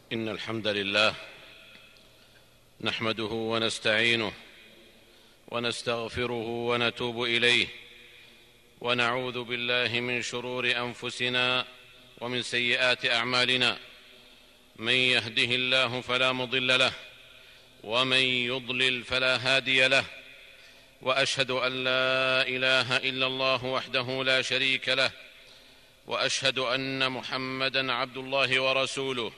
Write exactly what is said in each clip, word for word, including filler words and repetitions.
إن الحمد لله نحمده ونستعينه ونستغفره ونتوب إليه، ونعوذ بالله من شرور أنفسنا ومن سيئات أعمالنا. من يهده الله فلا مضل له، ومن يضلل فلا هادي له، وأشهد أن لا إله إلا الله وحده لا شريك له، وأشهد أن محمدًا عبد الله ورسوله.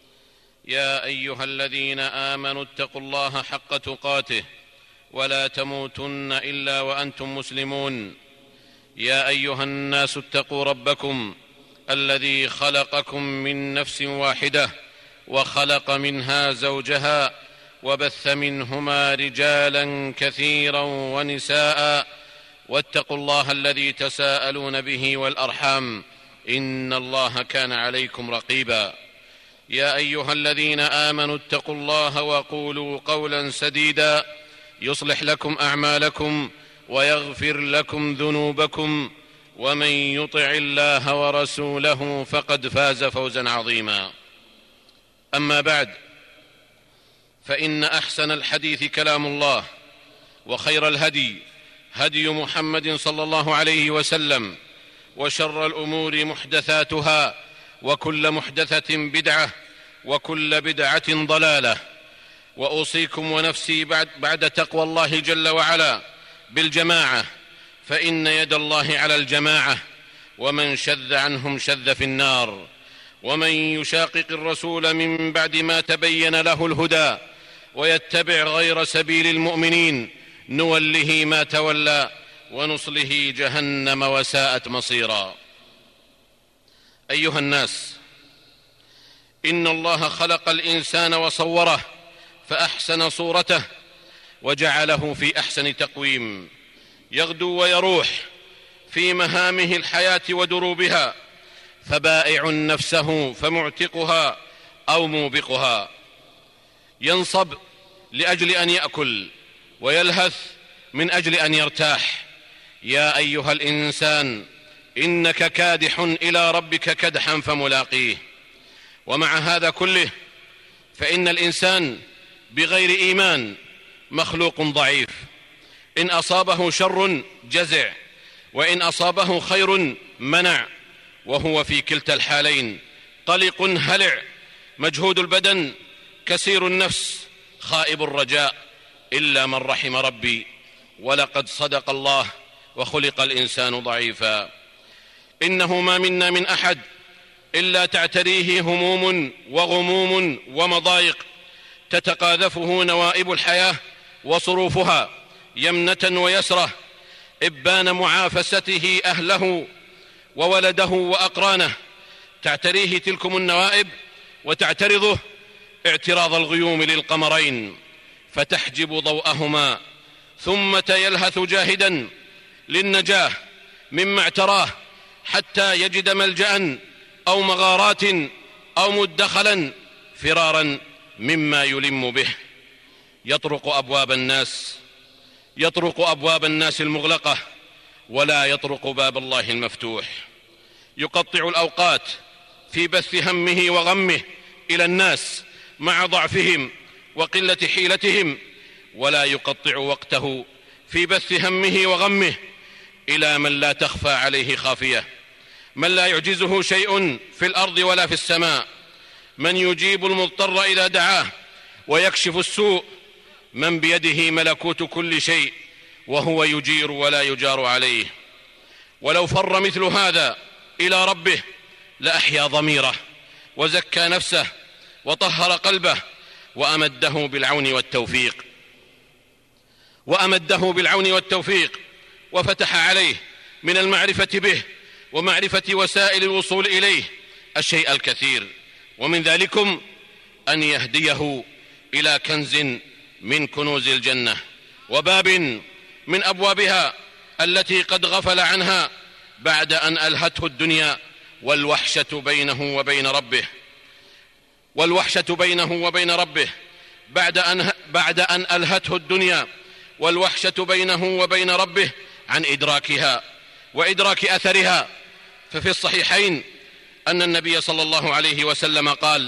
يا أيها الذين آمنوا اتقوا الله حق تقاته ولا تموتن إلا وأنتم مسلمون. يا أيها الناس اتقوا ربكم الذي خلقكم من نفس واحدة وخلق منها زوجها وبث منهما رجالا كثيرا ونساء، واتقوا الله الذي تساءلون به والأرحام إن الله كان عليكم رقيبا. يا أيها الذين آمنوا اتقوا الله وقولوا قولا سديدا يصلح لكم أعمالكم ويغفر لكم ذنوبكم، ومن يطع الله ورسوله فقد فاز فوزا عظيما. أما بعد، فإن أحسن الحديث كلام الله، وخير الهدي هدي محمد صلى الله عليه وسلم، وشر الأمور محدثاتها، وكل محدثة بدعة، وكل بدعة ضلالة. وأوصيكم ونفسي بعد, بعد تقوى الله جل وعلا بالجماعة، فإن يد الله على الجماعة، ومن شذ عنهم شذ في النار. ومن يشاقق الرسول من بعد ما تبين له الهدى ويتبع غير سبيل المؤمنين نوله ما تولى ونصله جهنم وساءت مصيرا. أيها الناس، إن الله خلق الإنسان وصوره فأحسن صورته، وجعله في أحسن تقويم، يغدو ويروح في مهامه الحياة ودروبها، فبائع نفسه فمعتقها أو موبقها، ينصب لأجل أن يأكل، ويلهث من أجل أن يرتاح. يا أيها الإنسان إنك كادح إلى ربك كدحا فملاقيه. ومع هذا كله، فإن الإنسان بغير إيمان مخلوق ضعيف، إن أصابه شر جزع، وإن أصابه خير منع، وهو في كلتا الحالين قلق هلع، مجهود البدن، كسير النفس، خائب الرجاء، إلا من رحم ربي. ولقد صدق الله وخلق الإنسان ضعيفا. إنه ما منا من أحد إلا تعتريه هموم وغموم ومضايق، تتقاذفه نوائب الحياة وصروفها يمنة ويسرة، إبان معافسته أهله وولده وأقرانه. تعتريه تلكم النوائب وتعترضه اعتراض الغيوم للقمرين، فتحجب ضوءهما، ثم يلهث جاهدا للنجاة مما اعتراه، حتى يجد ملجأ أو مغارات أو مدخلا فرارا مما يلم به. يطرق أبواب الناس يطرق أبواب الناس المغلقة، ولا يطرق باب الله المفتوح. يقطع الأوقات في بث همه وغمه إلى الناس مع ضعفهم وقلة حيلتهم، ولا يقطع وقته في بث همه وغمه إلى من لا تخفى عليه خافية، من لا يعجزه شيء في الأرض ولا في السماء، من يجيب المضطر إذا دعاه ويكشف السوء، من بيده ملكوت كل شيء وهو يجير ولا يجار عليه. ولو فر مثل هذا إلى ربه لأحيا ضميره، وزكى نفسه، وطهر قلبه، وأمده بالعون والتوفيق وأمده بالعون والتوفيق وفتح عليه من المعرفة به ومعرفة وسائل الوصول إليه الشيء الكثير، ومن ذلكم أن يهديه إلى كنز من كنوز الجنة، وباب من أبوابها التي قد غفل عنها بعد أن ألهته الدنيا والوحشة بينه وبين ربه والوحشة بينه وبين ربه بعد أن, بعد أن ألهته الدنيا والوحشة بينه وبين ربه عن إدراكها وإدراك أثرها. ففي الصحيحين أن النبي صلى الله عليه وسلم قال: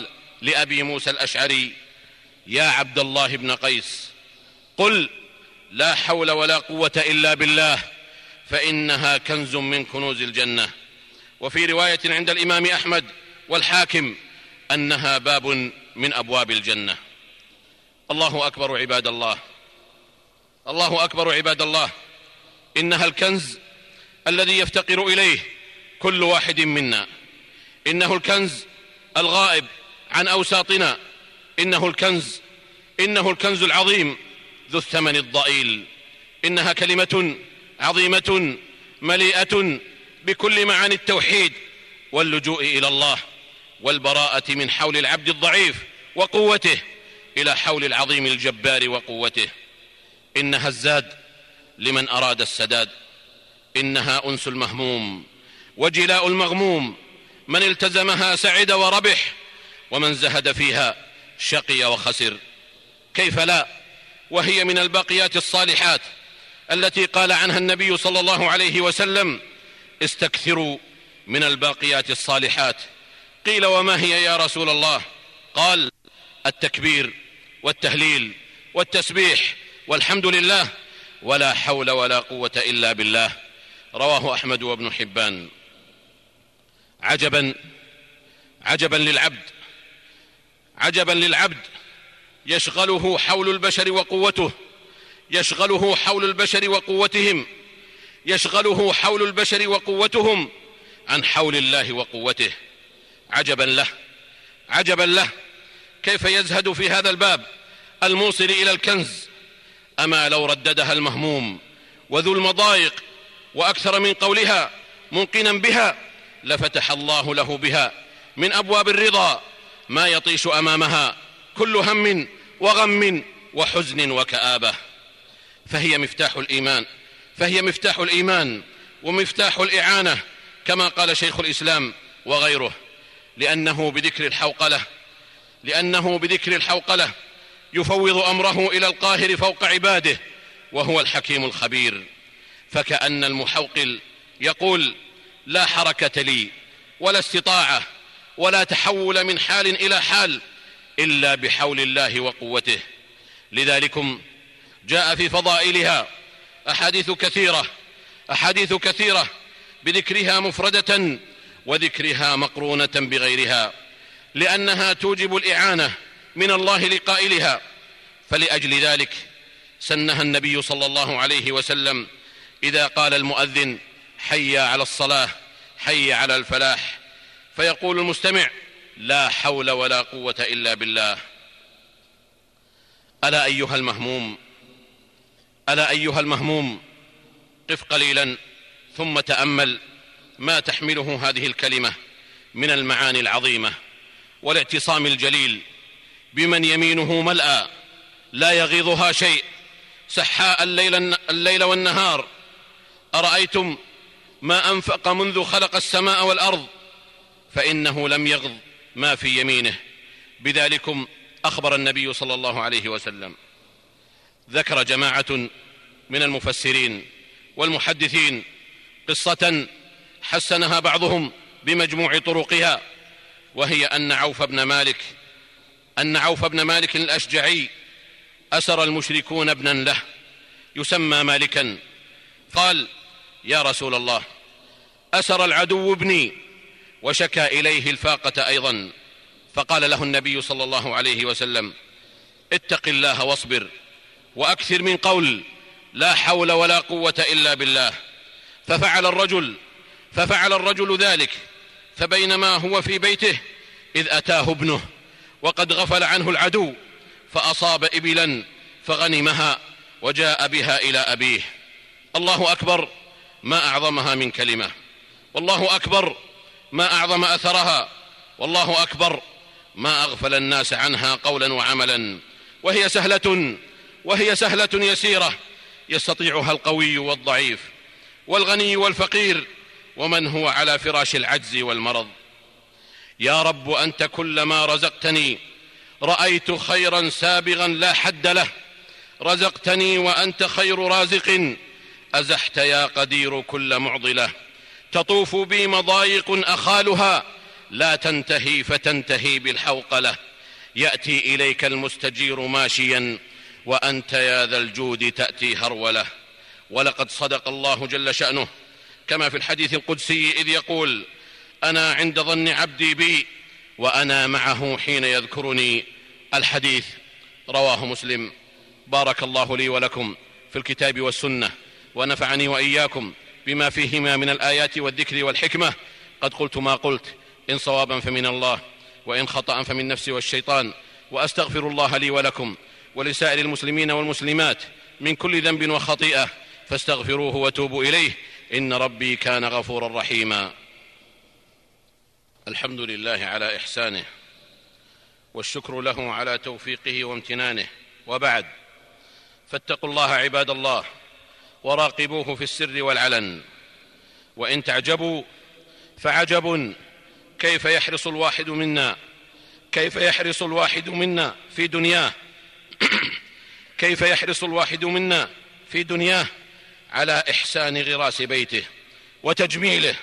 لأبي موسى الأشعري: يا عبد الله بن قيس، قل لا حول ولا قوة إلا بالله فإنها كنز من كنوز الجنة. وفي رواية عند الإمام أحمد والحاكم أنها باب من أبواب الجنة. الله أكبر عباد الله، الله أكبر عباد الله، إنها الكنز الذي يفتقر إليه كل واحد منا، إنه الكنز الغائب عن أوساطنا، إنه الكنز إنه الكنز العظيم ذو الثمن الضئيل. إنها كلمة عظيمة مليئة بكل معاني التوحيد واللجوء إلى الله والبراءة من حول العبد الضعيف وقوته إلى حول العظيم الجبار وقوته. إنها الزاد لمن أراد السداد، إنها أنس المهموم وجلاء المغموم، من التزمها سعد وربح، ومن زهد فيها شقي وخسر. كيف لا وهي من الباقيات الصالحات التي قال عنها النبي صلى الله عليه وسلم: استكثروا من الباقيات الصالحات. قيل: وما هي يا رسول الله؟ قال: التكبير والتهليل والتسبيح والحمد لله ولا حول ولا قوة إلا بالله. رواه أحمد وابن حبان. عجبا عجبا للعبد عجبا للعبد يشغله حول البشر وقوته يشغله حول البشر وقوتهم يشغله حول البشر وقوتهم عن حول الله وقوته. عجبا له عجبا له كيف يزهد في هذا الباب الموصل إلى الكنز. أما لو رددها المهموم وذو المضايق وأكثر من قولها منقنا بها لفتح الله له بها من أبواب الرضا ما يطيش أمامها كل هم وغم وحزن وكآبة. فهي مفتاح الإيمان فهي مفتاح الإيمان ومفتاح الإعانة كما قال شيخ الإسلام وغيره، لأنه بذكر الحوقلة لأنه بذكر الحوقلة يفوض أمره إلى القاهر فوق عباده وهو الحكيم الخبير. فكأن المحوقل يقول: لا حركة لي ولا استطاعة ولا تحول من حال إلى حال إلا بحول الله وقوته. لذلكم جاء في فضائلها أحاديث كثيرة أحاديث كثيرة بذكرها مفردة وذكرها مقرونة بغيرها، لأنها توجب الإعانة من الله لقائلها. فلأجل ذلك سنها النبي صلى الله عليه وسلم إذا قال المؤذن: حي على الصلاة، حي على الفلاح، فيقول المستمع: لا حول ولا قوة إلا بالله. ألا أيها المهموم ألا أيها المهموم قف قليلا ثم تأمل ما تحمله هذه الكلمة من المعاني العظيمة والاعتصام الجليل بمن يمينه ملأى لا يغيضها شيء سحاء الليل, الليل والنهار. أرأيتم ما أنفق منذ خلق السماء والأرض فإنه لم يغض ما في يمينه. بذلكم أخبر النبي صلى الله عليه وسلم. ذكر جماعة من المفسرين والمحدثين قصة حسنها بعضهم بمجموع طرقها، وهي أن عوف بن مالك أن عوف بن مالك الأشجعي أسر المشركون ابنا له يسمى مالكا. قال: يا رسول الله، أسر العدو ابني وشكى إليه الفاقة أيضا. فقال له النبي صلى الله عليه وسلم: اتق الله واصبر وأكثر من قول لا حول ولا قوة إلا بالله. ففعل الرجل ففعل الرجل ذلك، فبينما هو في بيته إذ أتاه ابنه وقد غفل عنه العدو، فأصاب إبلا فغنمها وجاء بها إلى أبيه. الله أكبر ما أعظمها من كلمة، والله أكبر ما أعظم أثرها، والله أكبر ما أغفل الناس عنها قولا وعملا. وهي سهلة وهي سهلة يسيرة يستطيعها القوي والضعيف والغني والفقير ومن هو على فراش العجز والمرض. يا رب، أنت كلما رزقتني رأيت خيرا سابغا لا حد له. رزقتني وأنت خير رازق، أزحت يا قدير كل معضلة. تطوف بي مضايق أخالها لا تنتهي فتنتهي بالحوقلة. يأتي إليك المستجير ماشيا وأنت يا ذا الجود تأتي هرولة. ولقد صدق الله جل شأنه كما في الحديث القدسي إذ يقول: أنا عند ظن عبدي بي وأنا معه حين يذكرني. الحديث رواه مسلم. بارك الله لي ولكم في الكتاب والسنة، ونفعني وإياكم بما فيهما من الآيات والذكر والحكمة. قد قلت ما قلت، إن صوابا فمن الله، وإن خطأ فمن نفسي والشيطان، وأستغفر الله لي ولكم ولسائر المسلمين والمسلمات من كل ذنب وخطيئة، فاستغفروه وتوبوا إليه، إن ربي كان غفورا رحيما. الحمد لله على إحسانه، والشكر له على توفيقه وامتنانه، وبعد، فاتقوا الله عباد الله، وراقبوه في السر والعلن. وإن تعجبوا فعجب كيف يحرص الواحد منا كيف يحرص الواحد منا في دنياه كيف يحرص الواحد منا في دنياه على إحسان غراس بيته وتجميله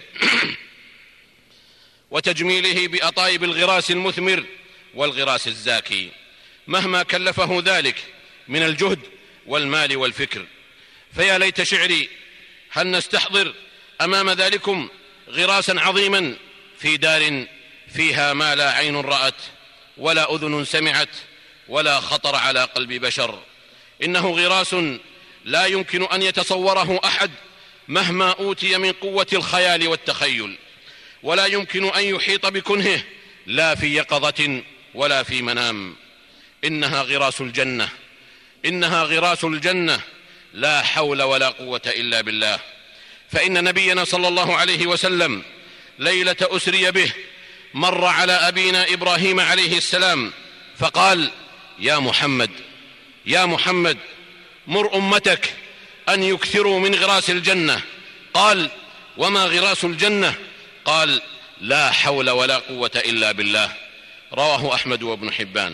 وتجميله بأطايب الغراس المثمر والغراس الزاكي، مهما كلفه ذلك من الجهد والمال والفكر. فيا ليت شعري هل نستحضر أمام ذلكم غراسا عظيما في دار فيها ما لا عين رأت ولا أذن سمعت ولا خطر على قلب بشر. إنه غراس لا يمكن أن يتصوره أحد مهما أوتي من قوة الخيال والتخيل، ولا يمكن أن يحيط بكنهه لا في يقظة ولا في منام. إنها غراس الجنة إنها غراس الجنة لا حول ولا قوة إلا بالله. فإن نبينا صلى الله عليه وسلم ليلة أسري به مر على أبينا إبراهيم عليه السلام فقال: يا محمد يا محمد مر أمتك أن يكثروا من غراس الجنة. قال: وما غراس الجنة؟ قال: لا حول ولا قوة إلا بالله. رواه أحمد وابن حبان.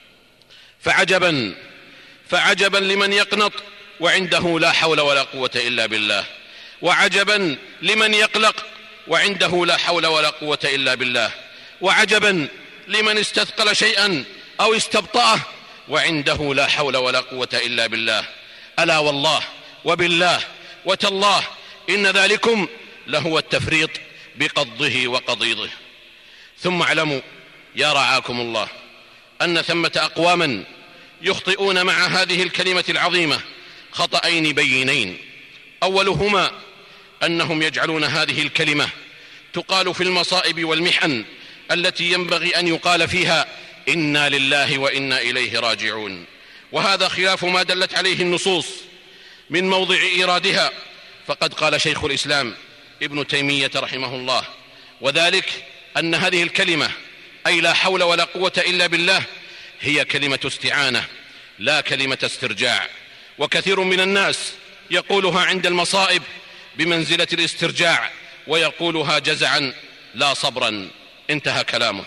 فعجبا فعجبا لمن يقنط وعنده لا حول ولا قوة إلا بالله، وعجبا لمن يقلق وعنده لا حول ولا قوة إلا بالله، وعجبا لمن استثقل شيئا أو استبطأه وعنده لا حول ولا قوة إلا بالله. ألا والله وبالله وتالله إن ذلكم لهو التفريط بقضه وقضيضه. ثم اعلموا يا رعاكم الله أن ثمة أقواما يخطئون مع هذه الكلمة العظيمة خطأين بينين. أولهما أنهم يجعلون هذه الكلمة تقال في المصائب والمحن التي ينبغي أن يقال فيها إنا لله وإنا إليه راجعون، وهذا خلاف ما دلت عليه النصوص من موضع إيرادها. فقد قال شيخ الإسلام ابن تيمية رحمه الله: وذلك أن هذه الكلمة أي لا حول ولا قوة إلا بالله هي كلمة استعانة لا كلمة استرجاع، وكثير من الناس يقولها عند المصائب بمنزلة الاسترجاع، ويقولها جزعا لا صبرا. انتهى كلامه.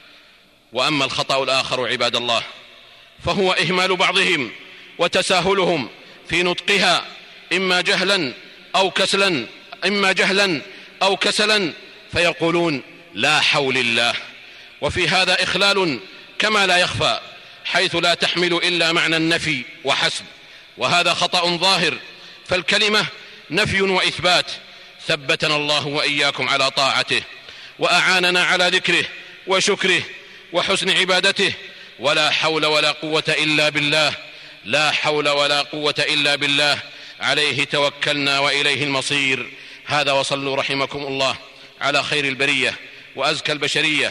وأما الخطأ الآخر عباد الله فهو إهمال بعضهم وتساهلهم في نطقها، إما جهلا أو كسلا إما جهلا أو كسلا فيقولون لا حول الله، وفي هذا إخلال كما لا يخفى، حيث لا تحمل إلا معنى النفي وحسب، وهذا خطأ ظاهر. فالكلمة نفي وإثبات. ثبتنا الله وإياكم على طاعته، وأعاننا على ذكره وشكره وحسن عبادته. ولا حول ولا قوة إلا بالله، لا حول ولا قوة إلا بالله، عليه توكلنا وإليه المصير. هذا، وصلوا رحمكم الله على خير البرية وأزكى البشرية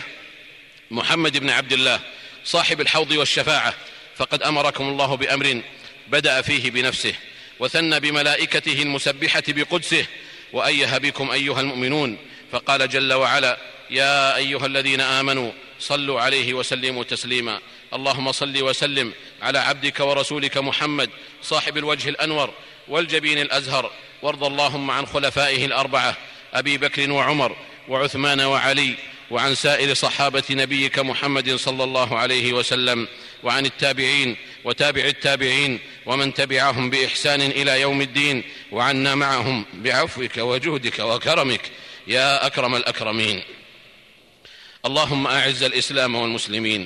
محمد بن عبد الله صاحب الحوض والشفاعة، فقد أمركم الله بأمر بدأ فيه بنفسه وثنى بملائكته المسبحة بقدسه، وأيه بكم أيها المؤمنون، فقال جل وعلا: يا أيها الذين آمنوا صلوا عليه وسلموا تسليما. اللهم صل وسلم على عبدك ورسولك محمد صاحب الوجه الأنور والجبين الأزهر، وارض اللهم عن خلفائه الأربعة أبي بكر وعمر وعثمان وعلي، وعن سائر صحابة نبيك محمد صلى الله عليه وسلم، وعن التابعين وتابع التابعين ومن تبعهم بإحسان إلى يوم الدين، وعنا معهم بعفوك وجودك وكرمك يا أكرم الأكرمين. اللهم أعز الإسلام والمسلمين،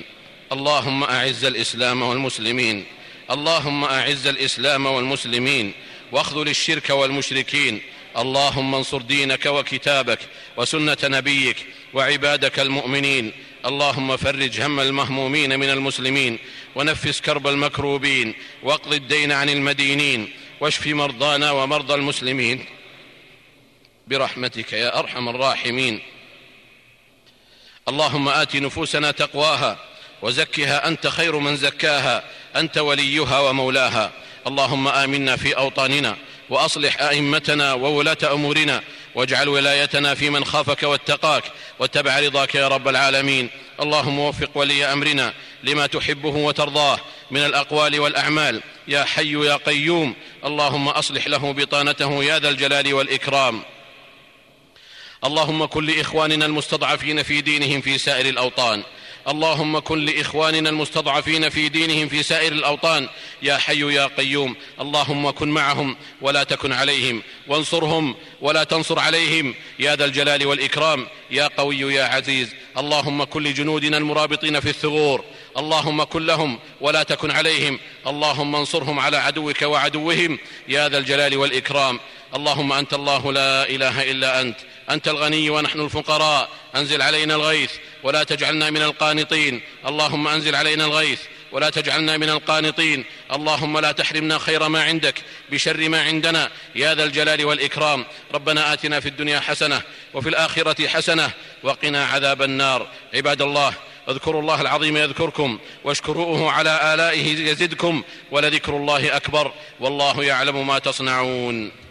اللهم أعز الإسلام والمسلمين اللهم أعز الإسلام والمسلمين واخذل الشرك والمشركين. اللهم انصر دينك وكتابك وسنة نبيك وعبادك المؤمنين. اللهم فرج هم المهمومين من المسلمين ونفس كرب المكروبين واقض الدين عن المدينين واشف مرضانا ومرضى المسلمين برحمتك يا أرحم الراحمين. اللهم آت نفوسنا تقواها وزكها أنت خير من زكاها أنت وليها ومولاها. اللهم آمنا في أوطاننا وأصلح أئمتنا وولاة أمورنا واجعل ولايتنا في من خافك واتقاك واتبع رضاك يا رب العالمين. اللهم وفق ولي أمرنا لما تحبه وترضاه من الأقوال والأعمال يا حي يا قيوم. اللهم أصلح له بطانته يا ذا الجلال والإكرام. اللهم كن لإخواننا المستضعفين في دينهم في سائر الأوطان اللهم كن لإخواننا المستضعفين في دينهم في سائر الأوطان يا حي يا قيوم. اللهم كن معهم ولا تكن عليهم وانصرهم ولا تنصر عليهم يا ذا الجلال والإكرام يا قوي يا عزيز. اللهم كن لجنودنا المرابطين في الثغور اللهم كن لهم ولا تكن عليهم. اللهم انصرهم على عدوك وعدوهم يا ذا الجلال والإكرام. اللهم أنت الله لا إله إلا أنت أنت الغني ونحن الفقراء. أنزل علينا الغيث ولا تجعلنا من القانطين. اللهم أنزل علينا الغيث ولا تجعلنا من القانطين. اللهم لا تحرمنا خير ما عندك بشر ما عندنا يا ذا الجلال والإكرام. ربنا آتنا في الدنيا حسنة وفي الآخرة حسنة وقنا عذاب النار. عباد الله اذكروا الله العظيم يذكركم واشكروه على آلائه يزدكم ولذكر الله أكبر والله يعلم ما تصنعون.